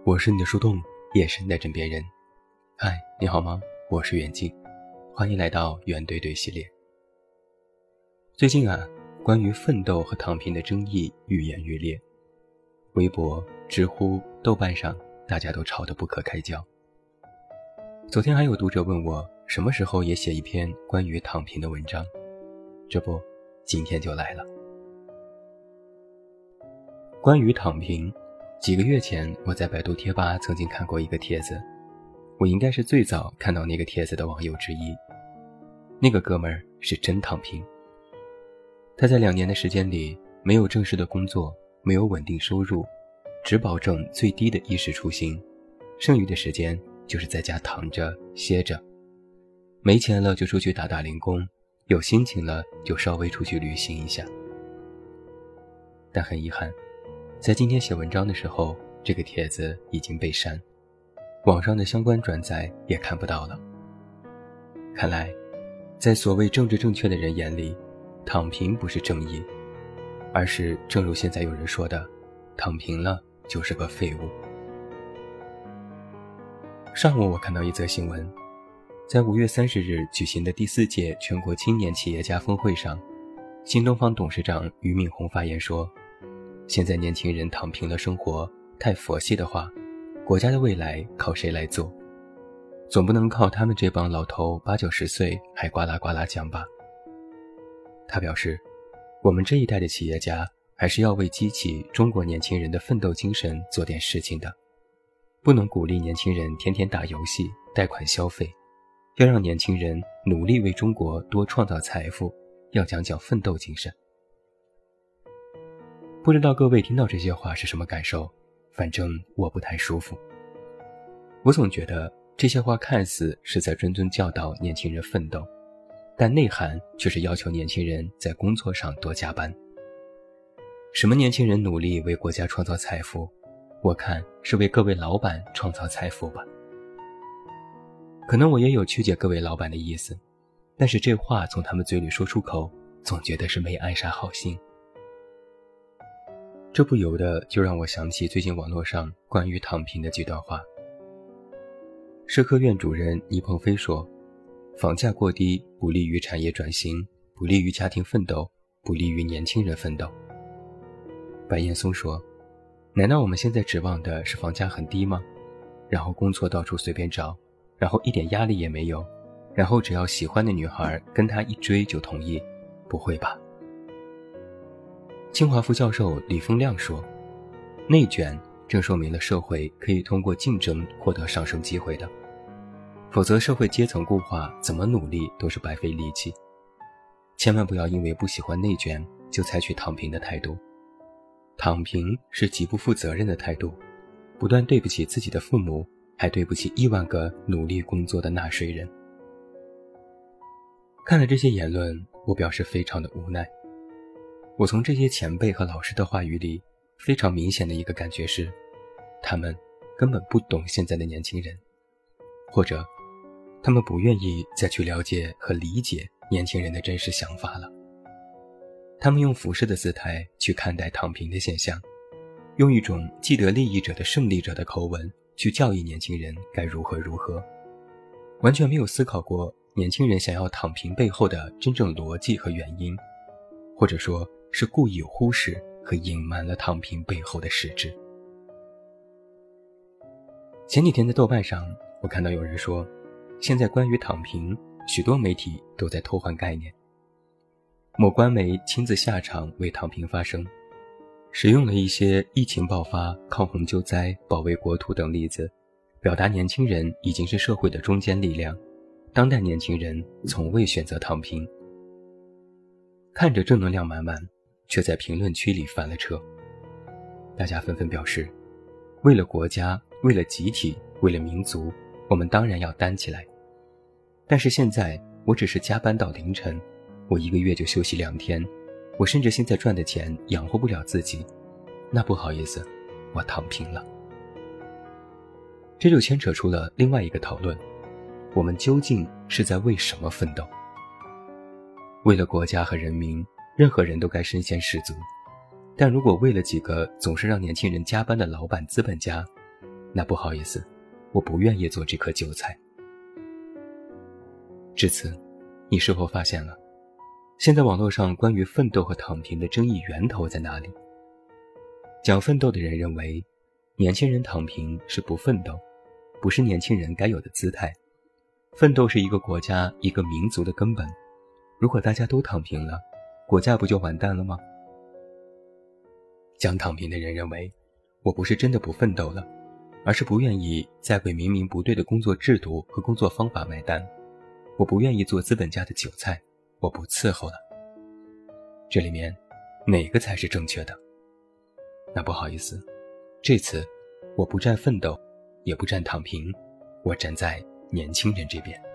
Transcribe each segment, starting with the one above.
我是你的树洞，也是你的枕边人。嗨，你好吗？我是远近，欢迎来到远对对系列。最近关于奋斗和躺平的争议愈演愈烈，微博、知乎、豆瓣上大家都吵得不可开交。昨天还有读者问我什么时候也写一篇关于躺平的文章，这不，今天就来了。关于躺平，几个月前我在百度贴吧曾经看过一个帖子，我应该是最早看到那个帖子的网友之一。那个哥们儿是真躺平，他在2年的时间里没有正式的工作，没有稳定收入，只保证最低的衣食出行，剩余的时间就是在家躺着歇着，没钱了就出去打打零工，有心情了就稍微出去旅行一下。但很遗憾，在今天写文章的时候，这个帖子已经被删，网上的相关转载也看不到了。看来，在所谓政治正确的人眼里，躺平不是正义，而是正如现在有人说的，躺平了就是个废物。上午我看到一则新闻，在5月30日举行的第4届全国青年企业家峰会上，新东方董事长俞敏洪发言说，现在年轻人躺平了生活，太佛系的话，国家的未来靠谁来做？总不能靠他们这帮老头8、90岁还呱啦呱啦讲吧。他表示，我们这一代的企业家还是要为激起中国年轻人的奋斗精神做点事情的，不能鼓励年轻人天天打游戏、贷款消费，要让年轻人努力为中国多创造财富，要讲讲奋斗精神。不知道各位听到这些话是什么感受，反正我不太舒服。我总觉得这些话看似是在谆谆教导年轻人奋斗，但内涵却是要求年轻人在工作上多加班。什么年轻人努力为国家创造财富，我看是为各位老板创造财富吧。可能我也有曲解各位老板的意思，但是这话从他们嘴里说出口，总觉得是没安啥好心。这不由得就让我想起最近网络上关于躺平的几段话。社科院主任倪鹏飞说，房价过低不利于产业转型，不利于家庭奋斗，不利于年轻人奋斗。白岩松说，难道我们现在指望的是房价很低吗？然后工作到处随便找，然后一点压力也没有，然后只要喜欢的女孩跟他一追就同意，不会吧？清华副教授李峰亮说，内卷正说明了社会可以通过竞争获得上升机会的，否则社会阶层固化，怎么努力都是白费力气。千万不要因为不喜欢内卷就采取躺平的态度，躺平是极不负责任的态度，不但对不起自己的父母，还对不起1万个努力工作的纳税人。看了这些言论，我表示非常的无奈。我从这些前辈和老师的话语里，非常明显的一个感觉是，他们根本不懂现在的年轻人，或者他们不愿意再去了解和理解年轻人的真实想法了。他们用俯视的姿态去看待躺平的现象，用一种既得利益者的胜利者的口吻去教育年轻人该如何如何，完全没有思考过年轻人想要躺平背后的真正逻辑和原因，或者说是故意忽视和隐瞒了躺平背后的实质。前几天在豆瓣上，我看到有人说，现在关于躺平，许多媒体都在偷换概念。某官媒亲自下场为躺平发声，使用了一些疫情爆发、抗洪救灾、保卫国土等例子，表达年轻人已经是社会的中坚力量，当代年轻人从未选择躺平。看着正能量满满，却在评论区里翻了车。大家纷纷表示，为了国家，为了集体，为了民族，我们当然要担起来。但是现在我只是加班到凌晨，我1个月就休息2天，我甚至现在赚的钱养活不了自己，那不好意思，我躺平了。这就牵扯出了另外一个讨论，我们究竟是在为什么奋斗？为了国家和人民，任何人都该身先士卒，但如果为了几个总是让年轻人加班的老板资本家， 那不好意思，我不愿意做这颗韭菜。至此，你是否发现了，现在网络上关于奋斗和躺平的争议源头在哪里？讲奋斗的人认为，年轻人躺平是不奋斗，不是年轻人该有的姿态。奋斗是一个国家、一个民族的根本，如果大家都躺平了，国家不就完蛋了吗？讲躺平的人认为，我不是真的不奋斗了，而是不愿意再为明明不对的工作制度和工作方法买单，我不愿意做资本家的韭菜，我不伺候了。这里面哪个才是正确的？那不好意思，这次我不站奋斗，也不站躺平，我站在年轻人这边。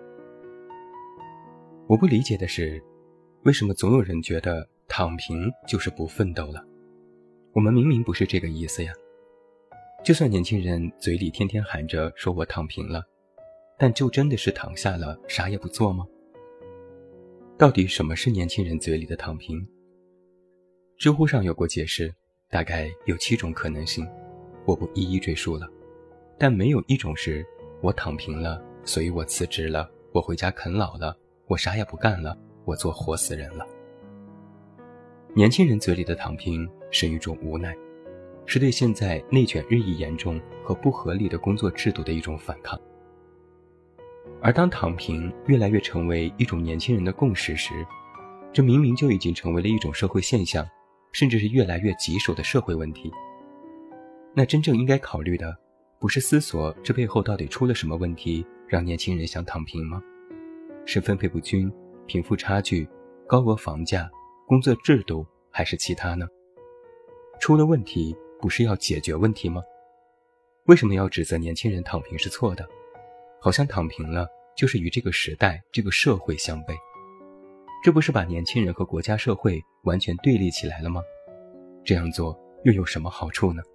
我不理解的是，为什么总有人觉得躺平就是不奋斗了？我们明明不是这个意思呀。就算年轻人嘴里天天喊着说我躺平了，但就真的是躺下了，啥也不做吗？到底什么是年轻人嘴里的躺平？知乎上有过解释，大概有7种可能性，我不一一赘述了。但没有一种是我躺平了，所以我辞职了，我回家啃老了，我啥也不干了，我做活死人了。年轻人嘴里的躺平是一种无奈，是对现在内卷日益严重和不合理的工作制度的一种反抗。而当躺平越来越成为一种年轻人的共识时，这明明就已经成为了一种社会现象，甚至是越来越棘手的社会问题。那真正应该考虑的，不是思索这背后到底出了什么问题，让年轻人想躺平吗？是分配不均、贫富差距、高额房价、工作制度，还是其他呢？出了问题，不是要解决问题吗？为什么要指责年轻人躺平是错的？好像躺平了就是与这个时代、这个社会相悖，这不是把年轻人和国家社会完全对立起来了吗？这样做又有什么好处呢？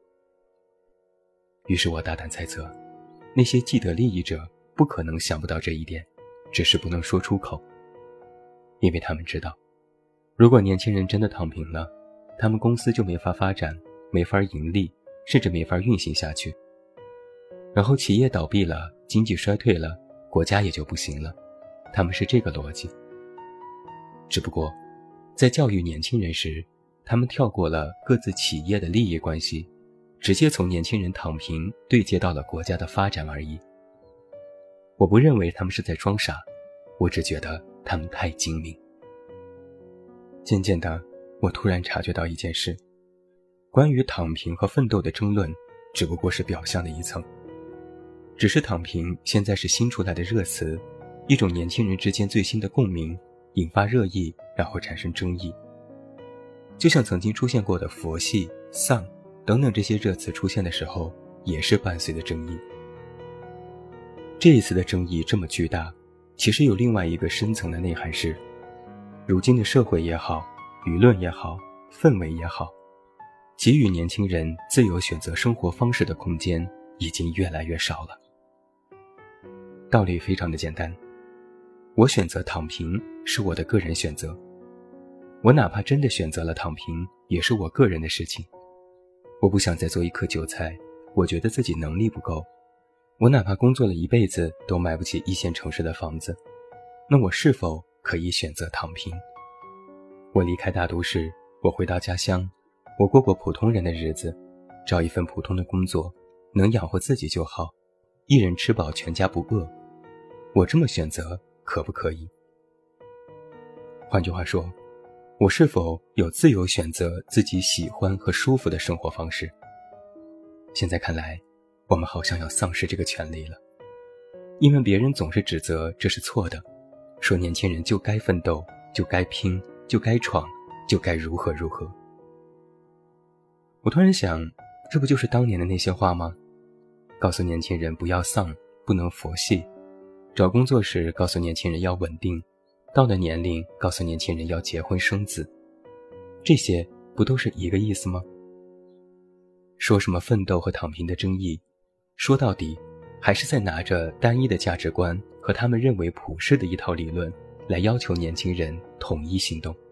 于是我大胆猜测，那些既得利益者不可能想不到这一点，只是不能说出口。因为他们知道，如果年轻人真的躺平了，他们公司就没法发展，没法盈利，甚至没法运行下去。然后企业倒闭了，经济衰退了，国家也就不行了。他们是这个逻辑。只不过在教育年轻人时，他们跳过了各自企业的利益关系，直接从年轻人躺平对接到了国家的发展而已。我不认为他们是在装傻，我只觉得他们太精明。渐渐的，我突然察觉到一件事，关于躺平和奋斗的争论只不过是表象的一层。只是躺平现在是新出来的热词，一种年轻人之间最新的共鸣，引发热议，然后产生争议。就像曾经出现过的佛系、丧等等这些热词出现的时候，也是伴随的争议。这一次的争议这么巨大，其实有另外一个深层的内涵是，如今的社会也好，舆论也好，氛围也好，给予年轻人自由选择生活方式的空间已经越来越少了。道理非常的简单，我选择躺平是我的个人选择，我哪怕真的选择了躺平，也是我个人的事情。我不想再做一颗韭菜，我觉得自己能力不够，我哪怕工作了一辈子都买不起1线城市的房子，那我是否可以选择躺平？我离开大都市，我回到家乡，我过过普通人的日子，找一份普通的工作，能养活自己就好，一人吃饱全家不饿。我这么选择可不可以？换句话说，我是否有自由选择自己喜欢和舒服的生活方式？现在看来，我们好像要丧失这个权利了，因为别人总是指责这是错的，说年轻人就该奋斗，就该拼，就该闯，就该如何如何。我突然想，这不就是当年的那些话吗？告诉年轻人不要丧，不能佛系，找工作时告诉年轻人要稳定，到了年龄告诉年轻人要结婚生子，这些不都是一个意思吗？说什么奋斗和躺平的争议，说到底还是在拿着单一的价值观和他们认为普世的一套理论来要求年轻人统一行动。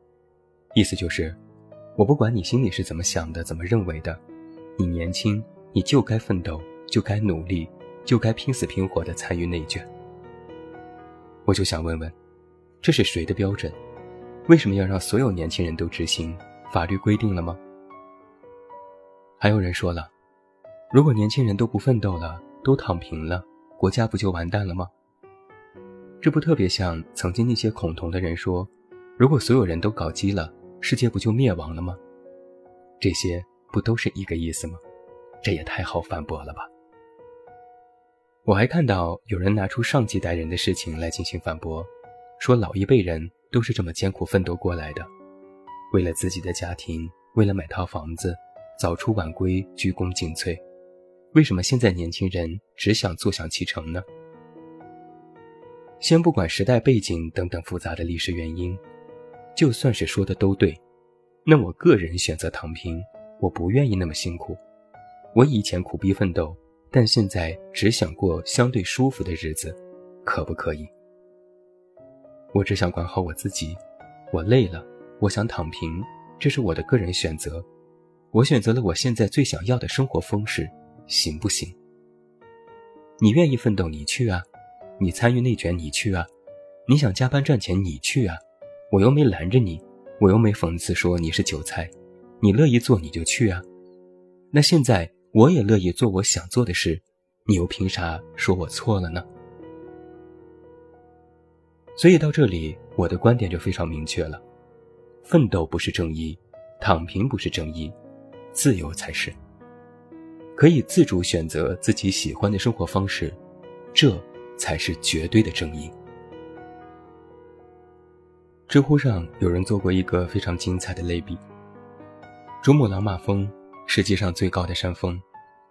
意思就是，我不管你心里是怎么想的，怎么认为的，你年轻， 你就该奋斗，就该努力，就该拼死拼活地参与内卷。我就想问问，这是谁的标准？为什么要让所有年轻人都执行？法律规定了吗？还有人说了，如果年轻人都不奋斗了，都躺平了，国家不就完蛋了吗？这不特别像曾经那些恐同的人说，如果所有人都搞基了，世界不就灭亡了吗？这些不都是一个意思吗？这也太好反驳了吧。我还看到有人拿出上几代人的事情来进行反驳，说老一辈人都是这么艰苦奋斗过来的，为了自己的家庭，为了买套房子，早出晚归，鞠躬尽瘁，为什么现在年轻人只想坐享其成呢？先不管时代背景等等复杂的历史原因，就算是说的都对，那我个人选择躺平，我不愿意那么辛苦。我以前苦逼奋斗，但现在只想过相对舒服的日子，可不可以？我只想管好我自己，我累了，我想躺平，这是我的个人选择。我选择了我现在最想要的生活方式，行不行？你愿意奋斗你去啊，你参与内卷你去啊，你想加班赚钱你去啊，我又没拦着你，我又没讽刺说你是韭菜，你乐意做你就去啊。那现在我也乐意做我想做的事，你又凭啥说我错了呢？所以到这里，我的观点就非常明确了，奋斗不是正义，躺平不是正义，自由才是。可以自主选择自己喜欢的生活方式，这才是绝对的正义。知乎上有人做过一个非常精彩的类比，珠穆朗玛峰，世界上最高的山峰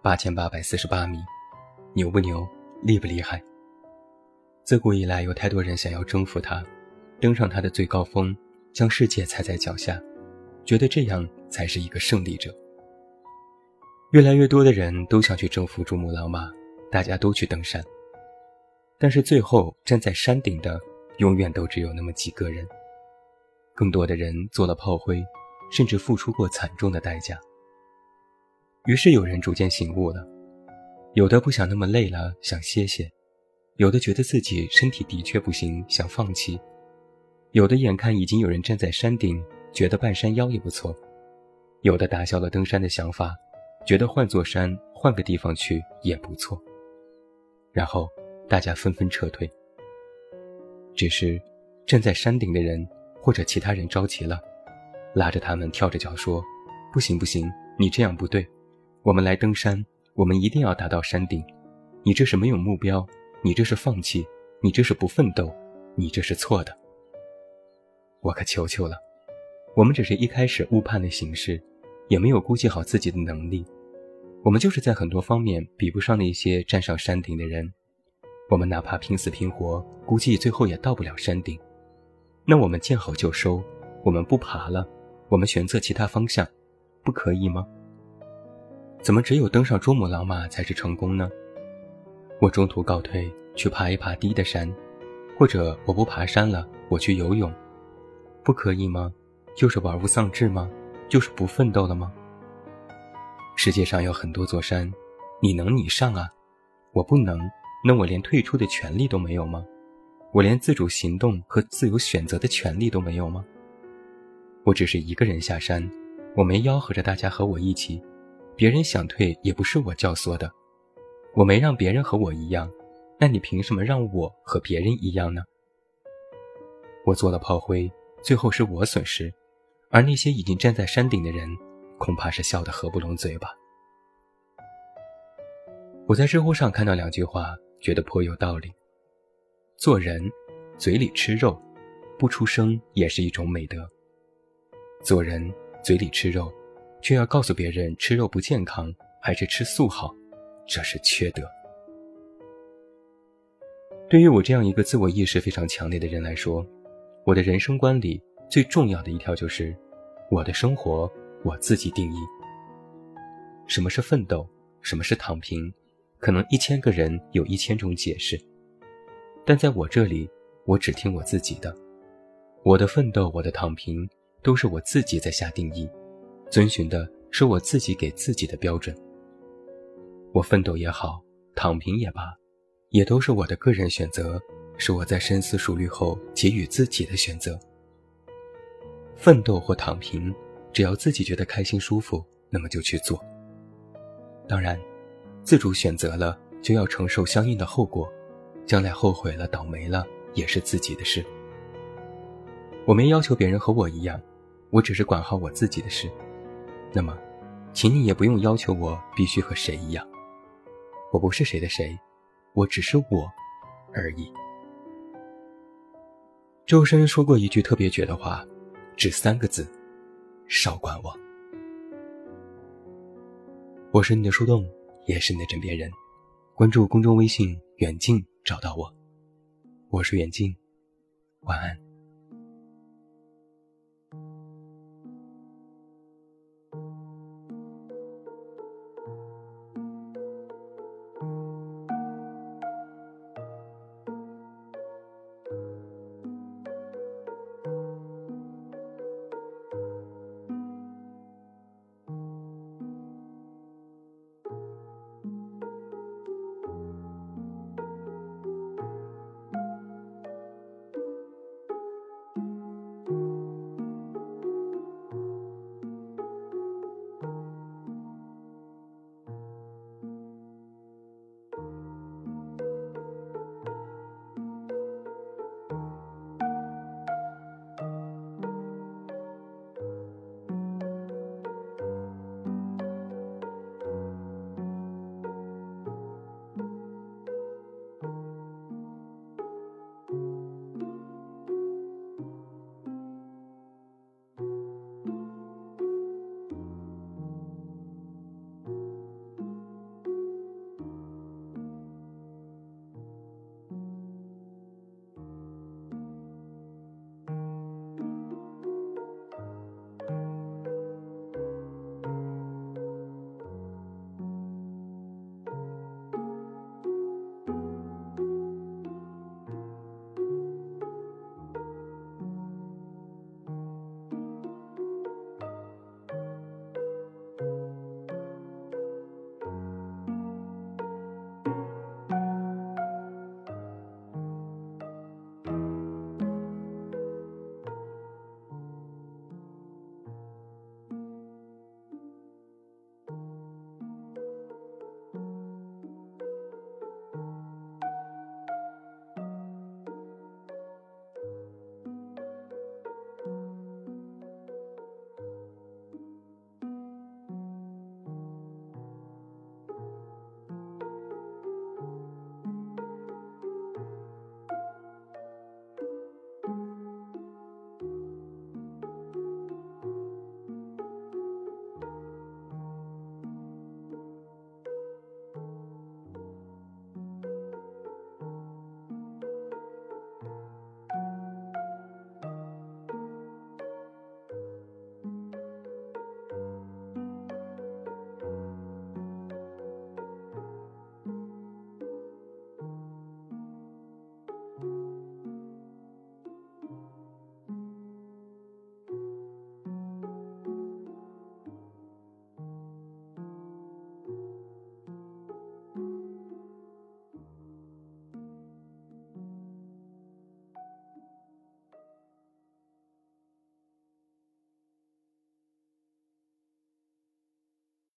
，8848米，牛不牛，厉不厉害？自古以来有太多人想要征服它，登上它的最高峰，将世界踩在脚下，觉得这样才是一个胜利者。越来越多的人都想去征服珠穆朗玛，大家都去登山，但是最后站在山顶的永远都只有那么几个人，更多的人做了炮灰，甚至付出过惨重的代价。于是有人逐渐醒悟了，有的不想那么累了，想歇歇，有的觉得自己身体的确不行，想放弃，有的眼看已经有人站在山顶，觉得半山腰也不错，有的打消了登山的想法，觉得换座山，换个地方去也不错。然后大家纷纷撤退。只是站在山顶的人或者其他人着急了，拉着他们跳着脚说，不行不行，你这样不对，我们来登山，我们一定要达到山顶，你这是没有目标，你这是放弃，你这是不奋斗，你这是错的。我可求求了，我们只是一开始误判了形势，也没有估计好自己的能力，我们就是在很多方面比不上那些站上山顶的人，我们哪怕拼死拼活，估计最后也到不了山顶。那我们见好就收，我们不爬了，我们选择其他方向，不可以吗？怎么只有登上珠穆朗玛才是成功呢？我中途告退，去爬一爬低的山，或者我不爬山了，我去游泳，不可以吗？就是玩物丧志吗？就是不奋斗了吗？世界上有很多座山，你能你上啊，我不能，那我连退出的权利都没有吗？我连自主行动和自由选择的权利都没有吗？我只是一个人下山，我没吆喝着大家和我一起，别人想退也不是我教唆的，我没让别人和我一样，那你凭什么让我和别人一样呢？我做了炮灰，最后是我损失，而那些已经站在山顶的人恐怕是笑得合不拢嘴吧。我在知乎上看到2句话，觉得颇有道理。做人嘴里吃肉，不出声也是一种美德。做人嘴里吃肉，却要告诉别人吃肉不健康，还是吃素好，这是缺德。对于我这样一个自我意识非常强烈的人来说，我的人生观里最重要的一条就是，我的生活我自己定义。什么是奋斗，什么是躺平，可能1000个人有1000种解释，但在我这里，我只听我自己的。我的奋斗，我的躺平，都是我自己在下定义，遵循的是我自己给自己的标准。 我奋斗也好，躺平也罢，也都是我的个人选择，是我在深思熟虑后给予自己的选择。奋斗或躺平，只要自己觉得开心舒服，那么就去做。当然，自主选择了，就要承受相应的后果，将来后悔了、倒霉了，也是自己的事。我没要求别人和我一样，我只是管好我自己的事。那么，请你也不用要求我必须和谁一样。我不是谁的谁，我只是我而已。周深说过一句特别绝的话，只3个字：少管我。我是你的树洞，也是你的枕边人。关注公众微信远近找到我。我是远近，晚安。